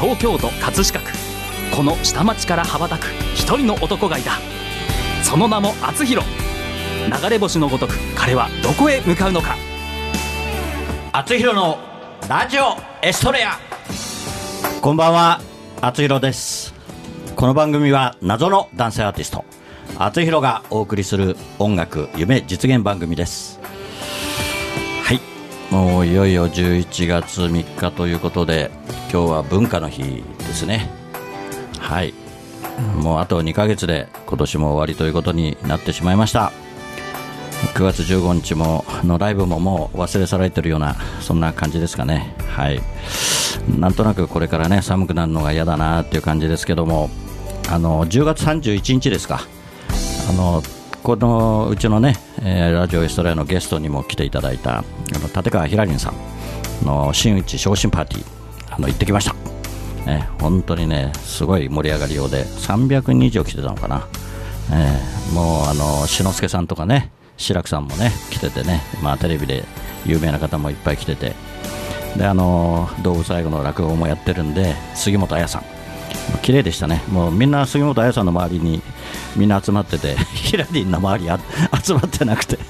東京都葛飾区、この下町から羽ばたく一人の男がいた。その名も厚弘。流れ星のごとく彼はどこへ向かうのか。 厚弘のラジオエストレア。こんばんは、厚弘です。この番組は謎の男性アーティスト厚弘がお送りする音楽夢実現番組です。はい、もういよいよ11月3日ということで、今日は文化の日ですね。はい、もうあと2ヶ月で今年も終わりということになってしまいました。9月15日ものライブももう忘れ去られているような、そんな感じですかね。はい、なんとなくこれからね寒くなるのが嫌だなっていう感じですけども、10月31日ですか、このうちのね、ラジオエストレアのゲストにも来ていただいた立川ひらりんさんの真打ち昇進パーティー行ってきました。本当にねすごい盛り上がりようで、300人以上来てたのかな。もう志の輔さんとかね、志らくさんもね来ててね、テレビで有名な方もいっぱい来てて、で動物愛護の落語もやってるんで、杉本彩さん綺麗でしたね。もうみんな杉本彩さんの周りにみんな集まってて、ヒラリンの周り集まってなくて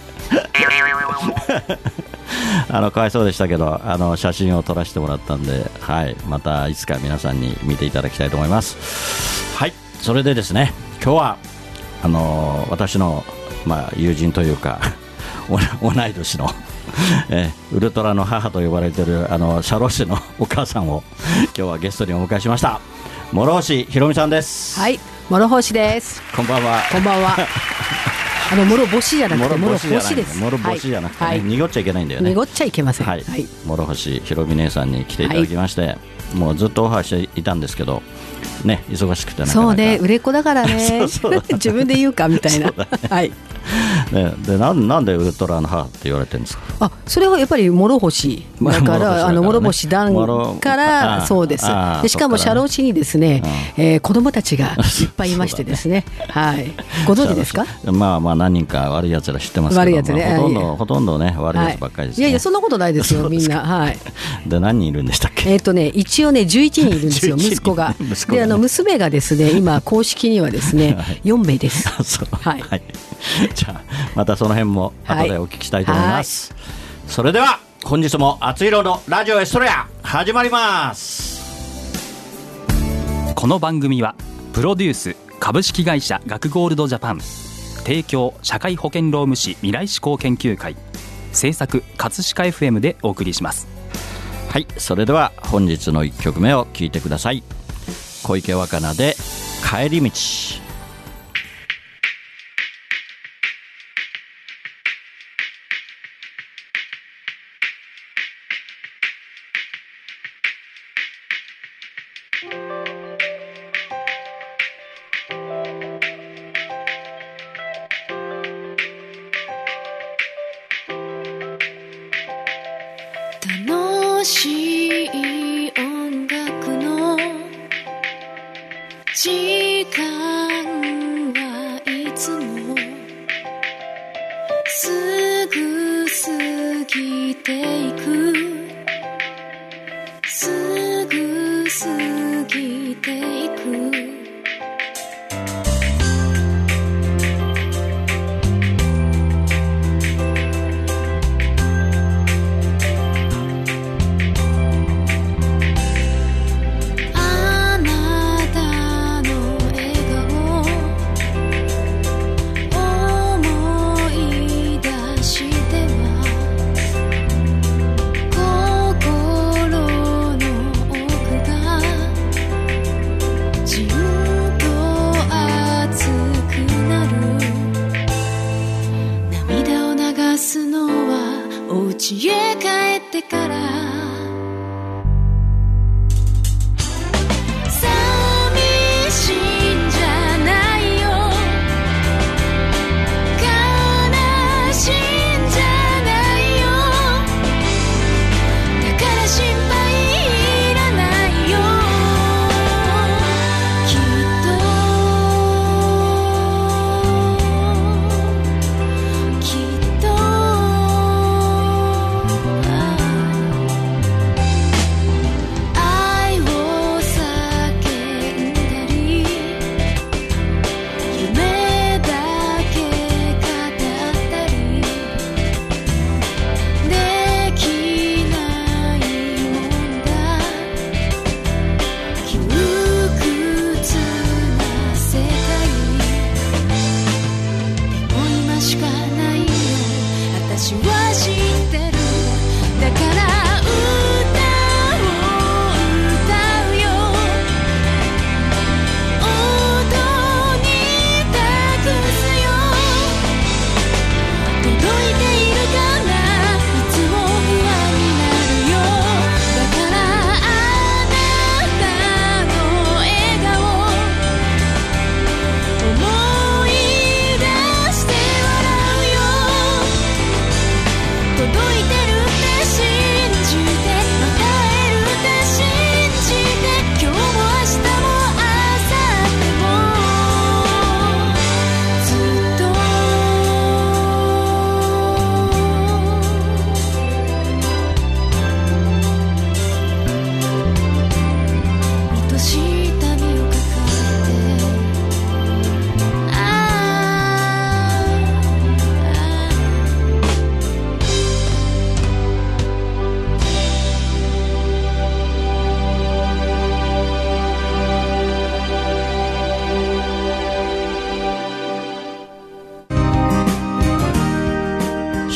かわいそうでしたけど、写真を撮らせてもらったんで、はい、またいつか皆さんに見ていただきたいと思います。はい、それでですね、今日は私の、友人というか同い年のウルトラの母と呼ばれている社労士のお母さんを今日はゲストにお迎えしました。諸星ひろみさんです。 はい、諸星です。 こんばんは。 こんばんは。諸星じゃなくて諸星です。 諸星じゃなくて、 はい、 濁っちゃいけないんだよね。 濁っちゃいけません。 はい、諸星ひろみ姉さんに来ていただきまして、もうずっとオファーしていたんですけどね、忙しくてなかなか。 そうね、売れっ子だからね自分で言うかみたいな、ね、はいね、でなんでウルトラの母って言われてるんですか。 それはやっぱり諸星だから諸星団からそうです。でしかも社労士にですね、子供たちがいっぱいいましてですねはい、ご存知ですか。 何人か悪いやつら知ってますけど、 悪いやつね、 ほとんどね悪いやつばっかりですね。 いやそんなことないですよみんな。はい、 で何人いるんでしたっけ。 一応ね11人いるんですよ息子が。で娘がですね今公式にはですね4名です。 はい、じゃあまたその辺も後でお聞きしたいと思います。それでは本日も厚弘のラジオエストレア始まります。 この番組はプロデュース株式会社学ゴールドジャパン、提供社会保険労務士未来志向研究会、制作葛飾 FM でお送りします。 はい、それでは本日の1曲目を聴いてください。小池若菜で帰り道。 楽しい音楽の時間はいつもすぐ過ぎていく、すぐ過ぎていく。心の奥が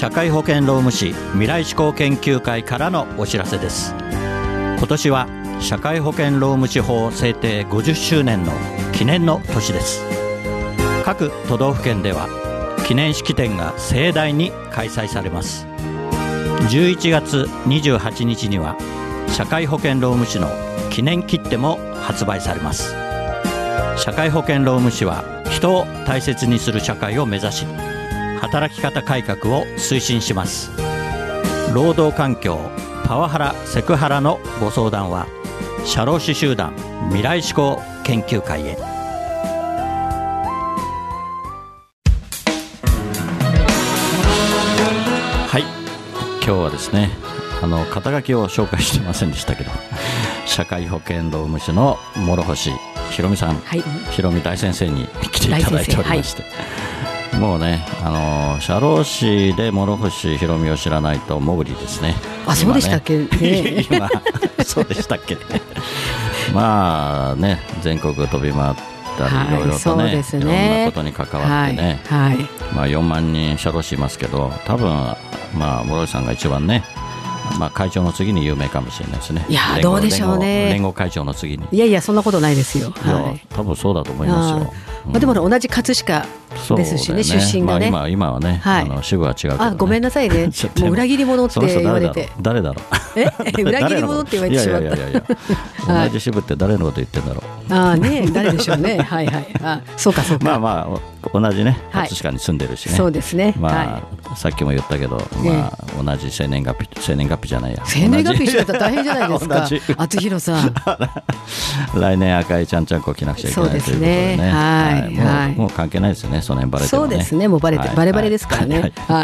社会保険労務士未来志向研究会からのお知らせです。今年は社会保険労務士法制定50周年の記念の年です。各都道府県では記念式典が盛大に開催されます。11月28日には社会保険労務士の記念切手も発売されます。社会保険労務士は人を大切にする社会を目指し、働き方改革を推進します。労働環境、パワハラ、セクハラのご相談は社労士集団未来志向研究会へ。はい、今日はですね、肩書きを紹介してませんでしたけど、社会保険労務士の諸星ひろみさん、はい、ひろみ大先生に来ていただいておりまして、はい、もうね、社労士で諸星ひろみを知らないともぐりですね。 あ、そうでしたっけ、ね、 今そうでしたっけね。まあね、全国飛び回ったり、いろいろとね、いろんなことに関わってね、はいはい、まあ、4万人社労士いますけど、多分まあ諸星さんが一番ね、まあ、会長の次に有名かもしれないですね。 いや、どうでしょうね。 連合会長の次に。 いやいや、そんなことないですよ。 はい、多分そうだと思いますよ。 まあ、でも同じ葛飾ですしね、出身がね。 まあ、今はね、はい、支部は違うけど、ね。あ、 ごめんなさいね。もう裏切り者って言われて。 誰だろう。 裏切り者って言われてしまった。 いや同じ支部って誰のこと言ってんだろう。 ああね、誰でしょうね。はいはい。あ、そうかそうか。 まあまあ同じね、葛飾に住んでるしね。 そうですね。 まあさっきも言ったけど、まあ同じ生年月日じゃないや。 生年月日しちゃったら大変じゃないですか。厚弘さん。 来年赤いちゃんちゃんこ着なくちゃいけないということでね。はい。もう関係ないですよね。その辺バレてもね。 そうですね。もうバレバレですからね。はい。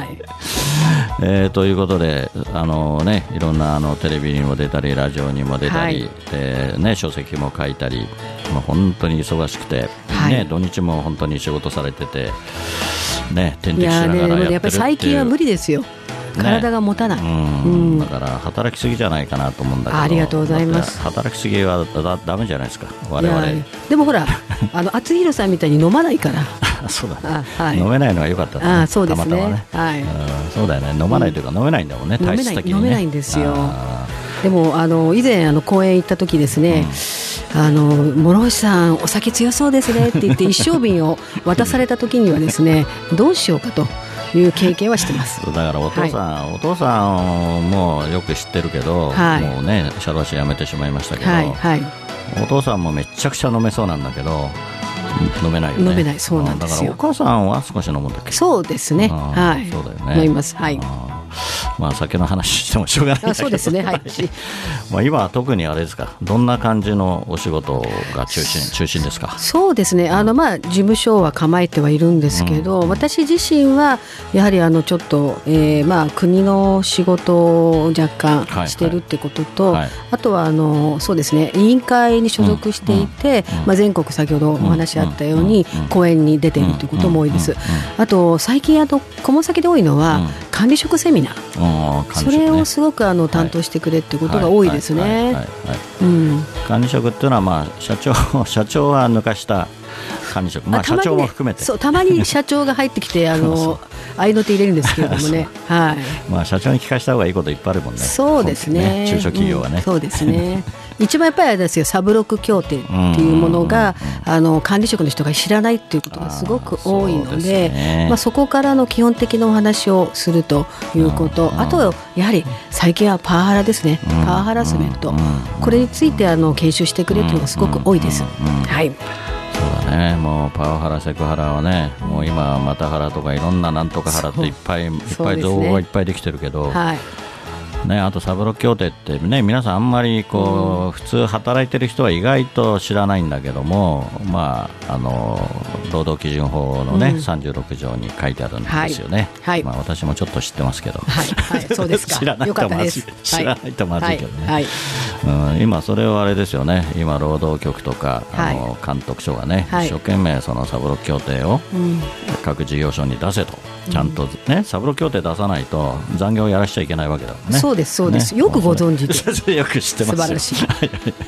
ということで、ね、いろんなテレビにも出たりラジオにも出たり、ね、書籍も書いたり、本当に忙しくて、ね、土日も本当に仕事されてて、ね、点滴しながらやってるっていう。 やっぱり最近は無理ですよ。体が持たない、 だから働きすぎじゃないかなと思うんだけど。 ありがとうございます。 働きすぎはダメじゃないですか、我々。 でもほら厚弘さんみたいに飲まないからそうだね、はい、飲めないのが良かったね。 あ、そうですね、 たまたまね、はい、そうだよね、飲まないというか、飲めないんだもんね、体質的にね。 飲めないんですよ。でも以前公演行った時ですね、諸星さんお酒強そうですねって言って一升瓶を渡された時にはですねどうしようかという経験はしてます。 だからお父さんもよく知ってるけど、はい、もうね社労士辞めてしまいましたけど、はいはい、お父さんもめちゃくちゃ飲めそうなんだけど飲めないよね。 飲めない、そうなんですよ。 だからお母さんは少し飲むんだっけ。 そうですね、はい、 そうだよね、 飲みます。はい。 まあ酒の話してもしょうがないんだけど。 そうですね、はい。 まあ今は特にあれですか、どんな感じのお仕事が中心ですか。 そうですね、まあ事務所は構えてはいるんですけど、私自身はやはりちょっと、まあ国の仕事を若干してるってことと、あとはそうですね、委員会に所属していて、まあ全国先ほどお話あったように講演に出ているということも多いです。あと最近顧問先で多いのは管理職セミナー、それをすごく担当してくれってことが多いですね。 管理職っていうのは、まあ、社長は抜かした管理職、まあ、社長も含めて、 そう、たまに社長が入ってきて合いの手入れるんですけれどもねはい、 まあ、社長に聞かせた方がいいこといっぱいあるもんね。 そうですね、 中小企業はね、 そうですね一番やっぱりあれですよ、サブロック協定っていうものが管理職の人が知らないっていうことがすごく多いので、まあ、そこからの基本的なお話をするということ、あとやはり最近はパワハラですね、パワーハラスメント、これについて研修してくれるというのがすごく多いです。はい、 そうだね、もうパワハラセクハラはね、もう今マタハラとかいろんななんとかハラっていっぱい造語がいっぱいできてるけど、はいね、あとサブロック協定ってね、皆さんあんまり普通働いてる人は意外と知らないんだけども、まあ、労働基準法のね、36条に書いてあるんですよね。はい、まあ、私もちょっと知ってますけど、 はいはい、そうですか知らないとまずいけどね、今それはあれですよね、今労働局とか監督署がね、一生懸命そのサブロック協定を各事業所に出せと、ちゃんとね、サブロック協定出さないと残業をやらしちゃいけないわけだもんね。 そうですそうです、よくご存知でよく知ってますよ。 素晴らし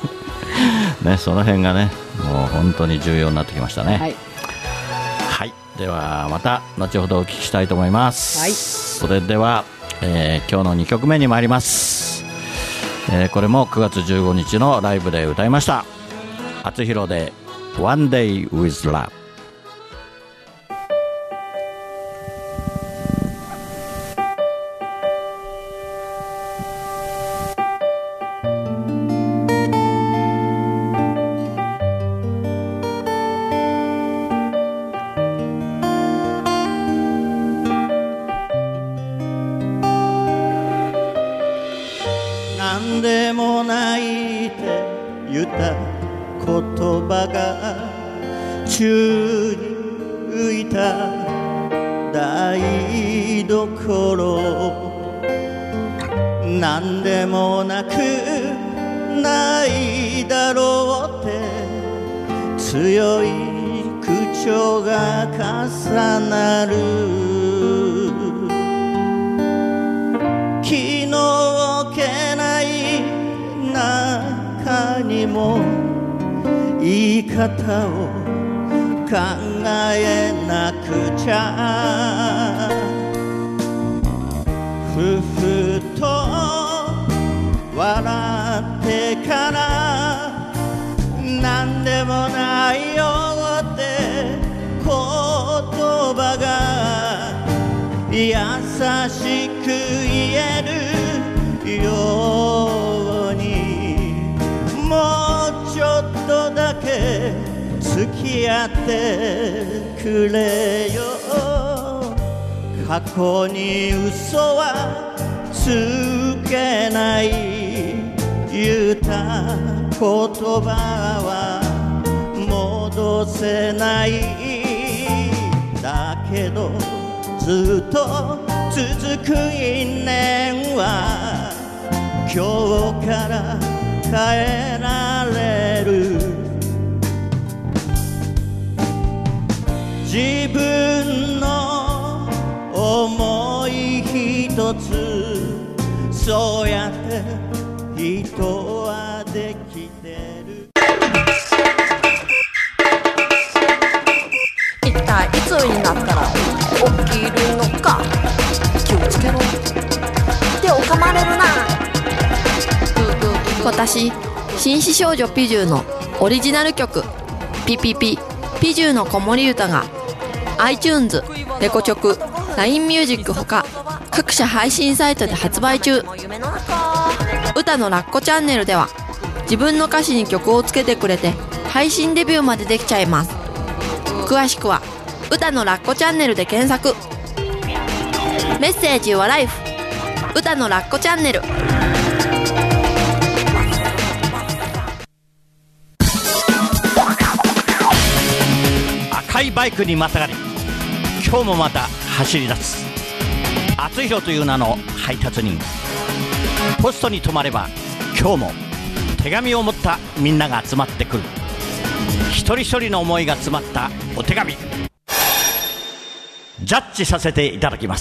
いね、その辺がね、もう本当に重要になってきましたね。はい、 ではまた後ほどお聞きしたいと思います、はい、それでは、今日の2曲目に参ります、これも9月15日のライブで歌いました。厚弘で One Day with Love。 何でもないて言った言葉が宙に浮いた台所、何でもなくないだろうって強い口調が重なる。気の置けない中にも言い方を考えなくちゃ。ふふと笑ってからなんでもないよって言葉が優しく言えるように、もうちょっとだけ付き合ってくれよ。過去に嘘はつけない言った言葉は戻せない。だけどずっと続く因縁は今日から変えられる。自分の思い一つそうやって人はできてる。 一体いつになったら起きるのか気をつけろ。手を噛まれるな。私紳士少女ピジューのオリジナル曲ピピピピジューの子守歌が iTunes、レコチョク、LINE ミュージックほか各社配信サイトで発売中。歌のラッコチャンネルでは自分の歌詞に曲をつけてくれて配信デビューまでできちゃいます。詳しくは歌のラッコチャンネルで検索。メッセージはライフ歌のラッコチャンネル。 赤いバイクにまたがり今日もまた走り出す厚弘という名の配達人。ポストに止まれば今日も手紙を持ったみんなが集まってくる。一人一人の思いが詰まったお手紙ジャッジさせていただきます。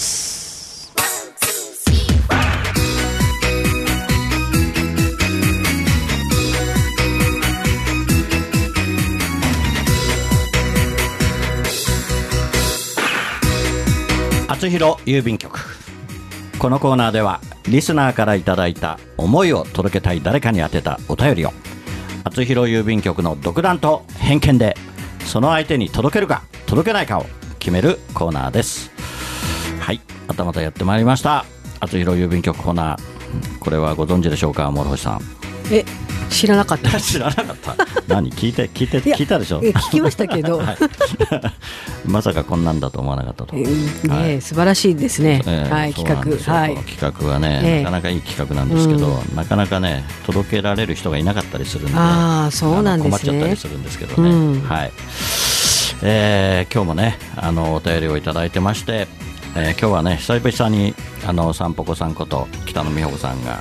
厚弘郵便局。このコーナーではリスナーからいただいた思いを届けたい誰かに宛てたお便りを厚弘郵便局の独断と偏見でその相手に届けるか届けないかを決めるコーナーです。はい、またまたやってまいりました厚弘郵便局コーナー。これはご存知でしょうか、諸星さん。 知らなかった知らなかった何聞いたでしょ。 聞きましたけど、はい、 まさかこんなんだと思わなかったと、 はい、素晴らしいですね、はい、企画、はい、 企画はね、なかなかいい企画なんですけど、なかなかね届けられる人がいなかったりするんで、 そうなんですね、 困っちゃったりするんですけどね、はい、今日もねお便りをいただいてまして、今日はね久々にさんぽこさんこと北野美穂子さんが、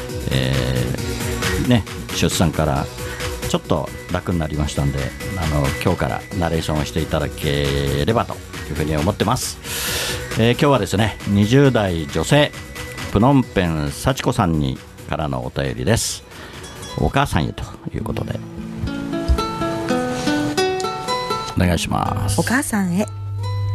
ね、出産からちょっと楽になりましたんで今日からナレーションをしていただければというふうに思ってます。今日はですね20代女性プノンペン幸子さんにからのお便りです。お母さんへということでお願いします。 お母さんへ。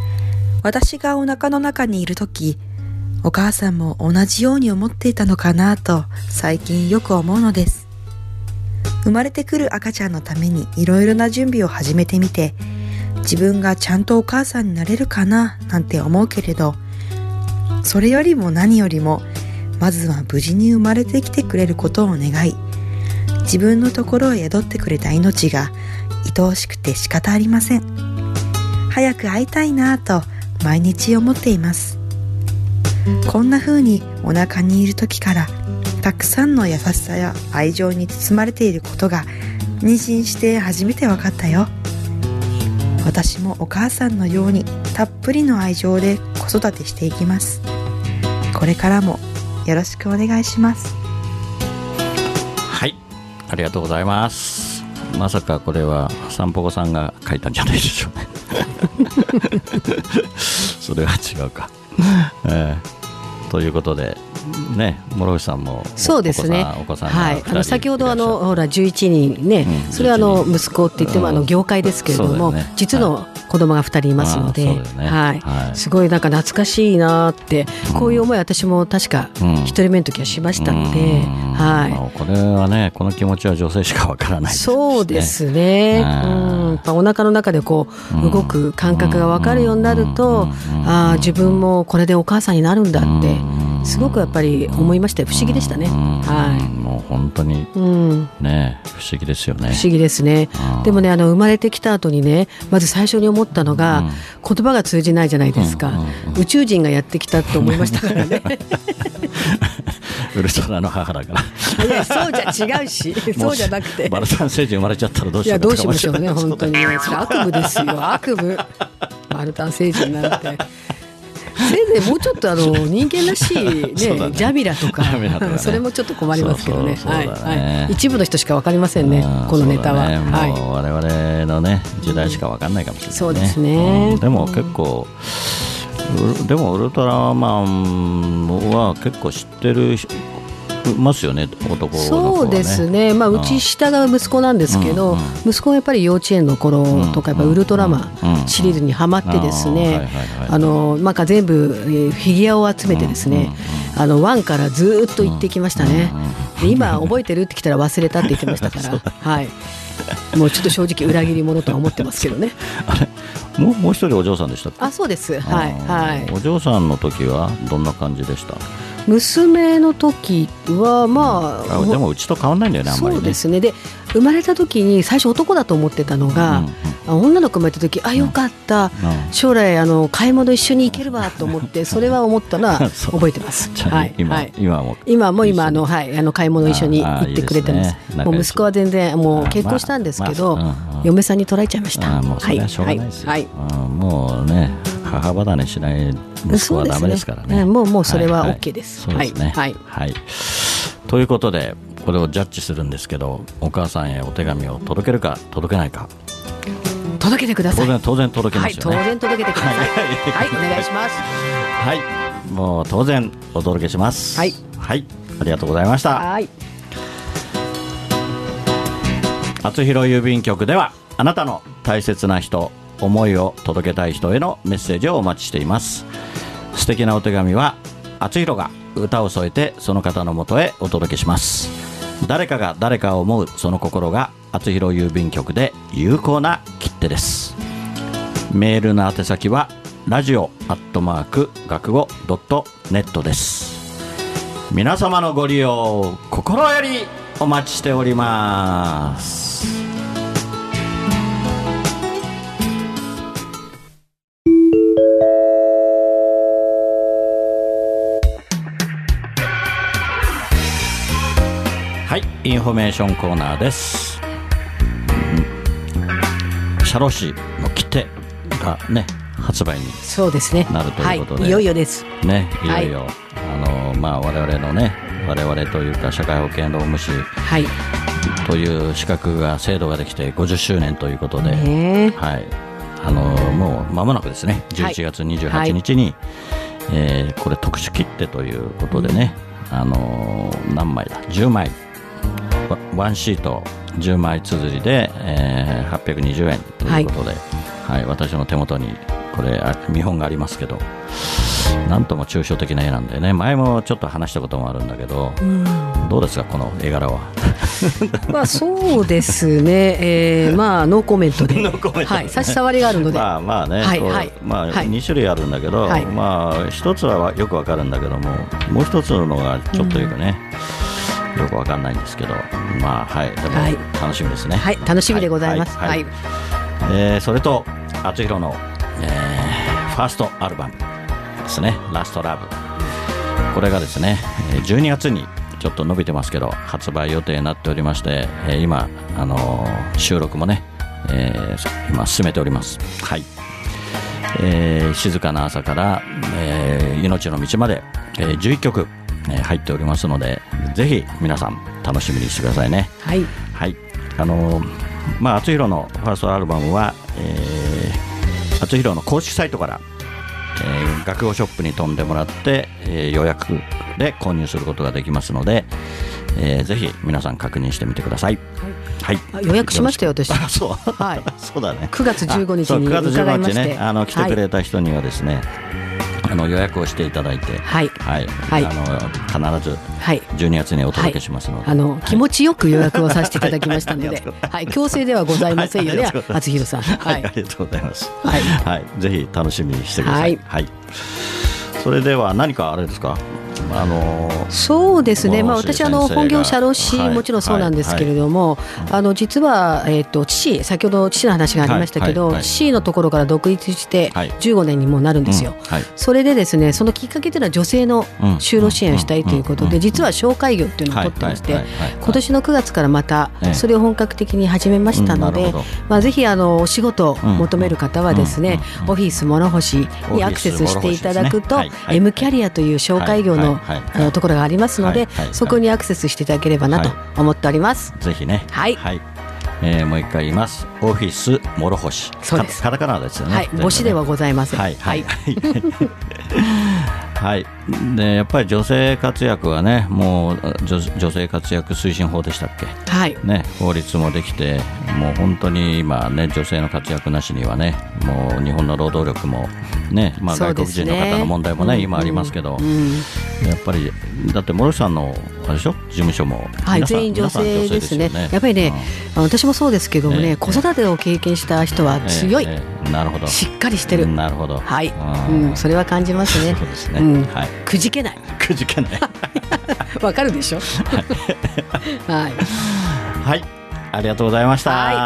私がお腹の中にいるとき、お母さんも同じように思っていたのかなと最近よく思うのです。生まれてくる赤ちゃんのためにいろいろな準備を始めてみて、自分がちゃんとお母さんになれるかななんて思うけれど、それよりも何よりもまずは無事に生まれてきてくれることを願い、自分のところへ宿ってくれた命が愛おしくて仕方ありません。早く会いたいなぁと毎日思っています。こんな風にお腹にいる時からたくさんの優しさや愛情に包まれていることが妊娠して初めて分かったよ。私もお母さんのようにたっぷりの愛情で子育てしていきます。これからもよろしくお願いします。 はい、ありがとうございます。まさかこれは散歩子さんが書いたんじゃないでしょうねそれは違うか、ということでね、諸星さんもそうですね、 お子さんはい、先ほどほら11人ね、それは息子って言っても業界ですけれども、実の子供が2人いますので、はい、すごいなんか懐かしいなって、こういう思い私も確か1人目の時はしましたので、はい、 これはね、この気持ちは女性しかわからないですね。 そうですね、やっぱお腹の中でこう動く感覚が分かるようになると、自分もこれでお母さんになるんだってすごくやっぱり思いましたよ。不思議でしたね。はい、もう本当にね、不思議ですよね。 不思議ですね。でもね、生まれてきた後にね、まず最初に思ったのが、言葉が通じないじゃないですか。宇宙人がやってきたと思いましたからねウルトラの母だからいや、そうじゃ違うしそうじゃなくてバルタン星人生まれちゃったらどうしようか。 いや、どうしましょうね、本当にそれ悪夢ですよ、悪夢。バルタン星人なんてせいぜいもうちょっと人間らしい、ねジャミラとか、それもちょっと困りますけどね。一部の人しか分かりませんね、このネタは。 もう我々のね時代しか分かんないかもしれないね。 そうですね。 でも結構、でもウルトラマンは結構知ってるますよね、男の子はね。 そうですね、うち下が息子なんですけど、息子はやっぱり幼稚園の頃とかやっぱウルトラマンシリーズにハマってですね、なんか全部フィギュアを集めてですね、1からずっと行ってきましたね。で今覚えてるって来たら忘れたって言ってましたからはい、もうちょっと正直裏切り者とは思ってますけどねあれ、もう一人お嬢さんでしたっけ？ あ、そうです、はいはい。 お嬢さんの時はどんな感じでした？ 娘の時はでもうちと変わんないんだよね、あんまりね。 そうですね。で生まれた時に最初男だと思ってたのが、女の子生まれた時、よかった、将来買い物一緒に行けるわと思ってそれは思ったのは覚えてます。今も買い物一緒に行ってくれてます。もう息子は全然もう結婚したんですけど、嫁さんに取られちゃいました。 もうそれはしょうがないですよ。もうね、母離れしない息子はダメですからね。 もうそれは OK です。 そうですね。はい。ということでこれをジャッジするんですけど、お母さんへお手紙を届けるか届けないか。 届けてください。 当然届けますよね。 当然届けてください。はい、お願いします。 はい、もう当然お届けします。はい、ありがとうございました。はい。あつひろ郵便局ではあなたの大切な人、思いを届けたい人へのメッセージをお待ちしています。素敵なお手紙はあつひろが歌を添えてその方のもとへお届けします。誰かが誰かを思うその心があつひろ郵便局で有効な切手です。メールの宛先はradio@学語.net です。皆様のご利用心よりお待ちしております。はい、インフォメーションコーナーです。社労士の切手がね、発売になるということで、 いよいよですね。いよいよ、我々のね、我々というか社会保険労務士という資格が制度ができて50周年ということで、もう間もなくですね、11月28日に、これ特殊切手ということでね、何枚だ、10枚ワンシート10枚綴りで、820円ということで、私の手元にここれ見本がありますけど、なんとも抽象的な絵なんだよね。前もちょっと話したこともあるんだけど、どうですかこの絵柄は。 まあそうですね、まあノーコメントで、はい、差し障りがあるので、 まあね、 はいはい、 まあ2種類あるんだけど、 はい、 まあ一つはよくわかるんだけども、もう一つのがちょっとよくね、よくわかんないんですけど、まあはい、でも楽しみですね。 はい、楽しみでございます。はい。 それと厚弘の、ファーストアルバムですね、ラストラブ。これがですね、12月にちょっと伸びてますけど発売予定になっておりまして、今収録もね、今進めております。はい。静かな朝から、命の道まで、11曲、入っておりますので、ぜひ皆さん楽しみにしてくださいね。 はい、 はい。まあ厚弘のファーストアルバムは、厚弘の公式サイトから、学語ショップに飛んでもらって、予約で購入することができますので、ぜひ皆さん確認してみてください。はい、はい、 予約しましたよ私。 そう、はい、そうだね。 9月15日に伺いまして、 来てくれた人にはですね、予約をしていただいて、はいはいはい、必ず12月にお届けしますので、 はい、気持ちよく予約をさせていただきましたので、はい、強制ではございませんよね、厚弘さん。 はい、ありがとうございます。はい、はい、ぜひ楽しみにしてください。はい、それでは何かあれですか。 そうですね、まあ、私本業社労士、もちろんそうなんですけれども、実は、父、先ほど父の話がありましたけど、父のところから独立して15年にもうなるんですよ。それでですね、そのきっかけというのは女性の就労支援をしたいということで、実は紹介業っていうのを取ってまして、今年の9月からまたそれを本格的に始めましたので、まあ、ぜひお仕事を求める方はですね、オフィス諸星にアクセスしていただくと、M キャリアという紹介業のところがありますので、そこにアクセスしていただければなと思っております。 ぜひね。はい。もう一回言います。オフィス諸星。 そうです。 カタカナですよね。 はい。母子ではございません。 はいはい。はい。でやっぱり女性活躍はね、もう女性活躍推進法でしたっけ。 はい。 ね、法律もできて、もう本当に今ね、女性の活躍なしにはね、もう日本の労働力もね、まあ外国人の方の問題もね、今ありますけど、やっぱりだって諸さんのあれでしょ、事務所も、 はい、全員女性ですね。やっぱりね、私もそうですけどもね、子育てを経験した人は強い。 なるほど。しっかりしてる。 なるほど。 はい。それは感じますね。 そうですね。はい。 くじけない。 くじけない。 わかるでしょ。はい。 はい。ありがとうございました。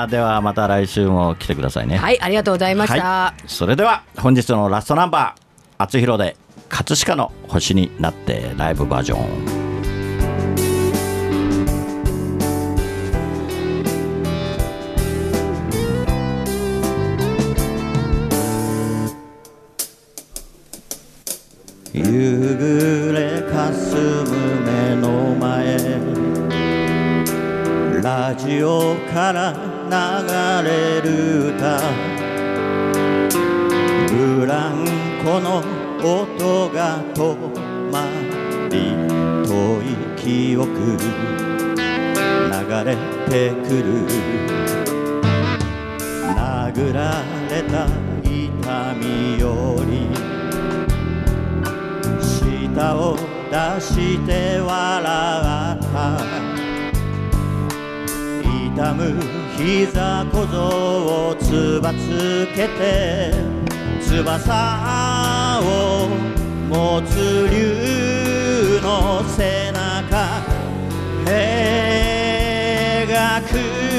ではまた来週も来てくださいね。 はい、ありがとうございました。 それでは本日のラストナンバー、厚弘で葛飾の星になってライブバージョン。 夕暮れかすむ目の前、ラジオから流れる歌、ブランコの音が止まり、遠い記憶流れてくる、殴られた痛みより舌を出して笑った痛む膝小僧をつばつけて翼を持つ竜の背中描く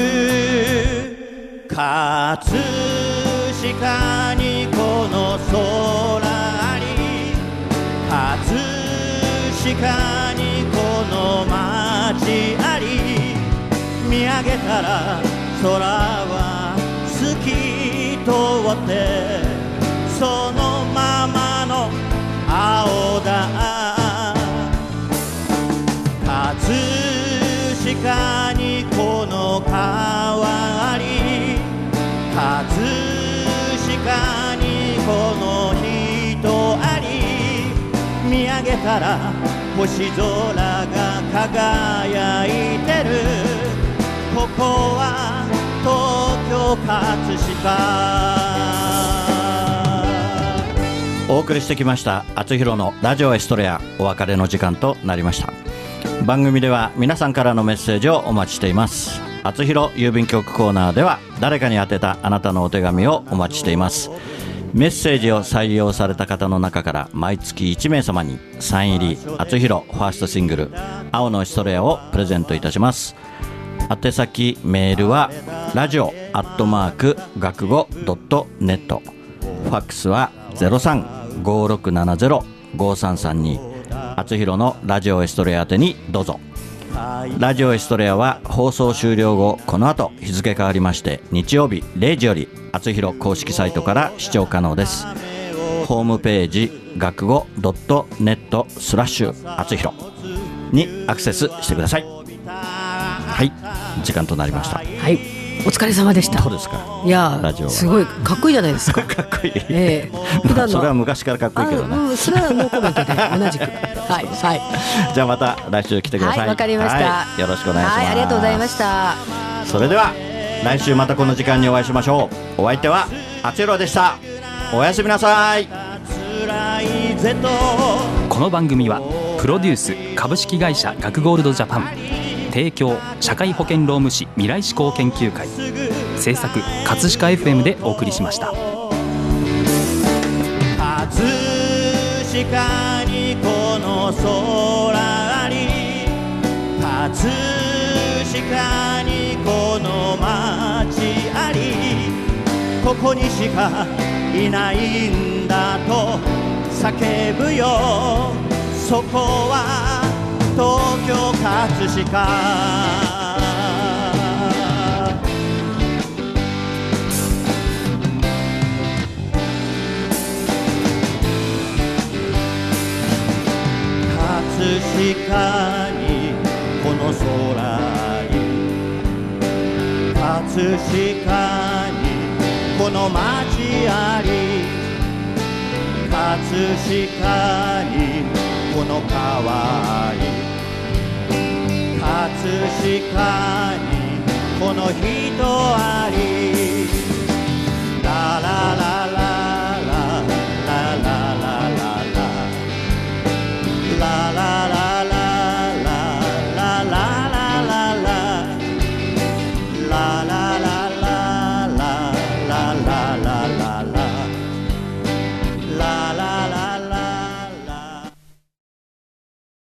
葛飾にこの空に葛飾にこの街あり、見上げたら空は透き通ってそのままの青だ。葛飾にこの川あり、葛飾にこの人あり、見上げたら星空が輝いてる。ここは東京葛飾。 お送りしてきましたあつひろのラジオエストレア、お別れの時間となりました。番組では皆さんからのメッセージをお待ちしています。あつひろ郵便局コーナーでは誰かに宛てたあなたのお手紙をお待ちしています。メッセージを採用された方の中から毎月1名様にサイン入りあつひろファーストシングル青のエストレアをプレゼントいたします。宛先メールはラジオ学語.net、 ファックスは 0356705332、 あつひろのラジオエストレア宛てにどうぞ。ラジオエストレアは放送終了後、この後日付変わりまして日曜日0時よりあつひろ公式サイトから視聴可能です。ホームページ学語.net/あつひろにアクセスしてください。はい、時間となりました。 はい、お疲れ様でした。 どうですか。 いやラジオはすごいかっこいいじゃないですか。 かっこいい、 普段のそれは昔からかっこいいけどね。 それはノーコメントで同じくはいはい。 じゃあまた来週来てください。 はい、わかりました、 はい、よろしくお願いします。 はい、ありがとうございました。 それでは来週またこの時間にお会いしましょう。お相手はあつひろでした。おやすみなさい。 この番組はプロデュース株式会社学ゴールドジャパン、提供社会保険労務士未来志向研究会、制作葛飾 FM でお送りしました。 葛飾にこの空に、葛飾にこの街あり、ここにしかいないんだと叫ぶよ。そこは東京葛飾。葛飾にこの空に、葛飾にこの街あり、葛飾にこの川に、葛飾にこの人あり、ラララララララララララララla la la la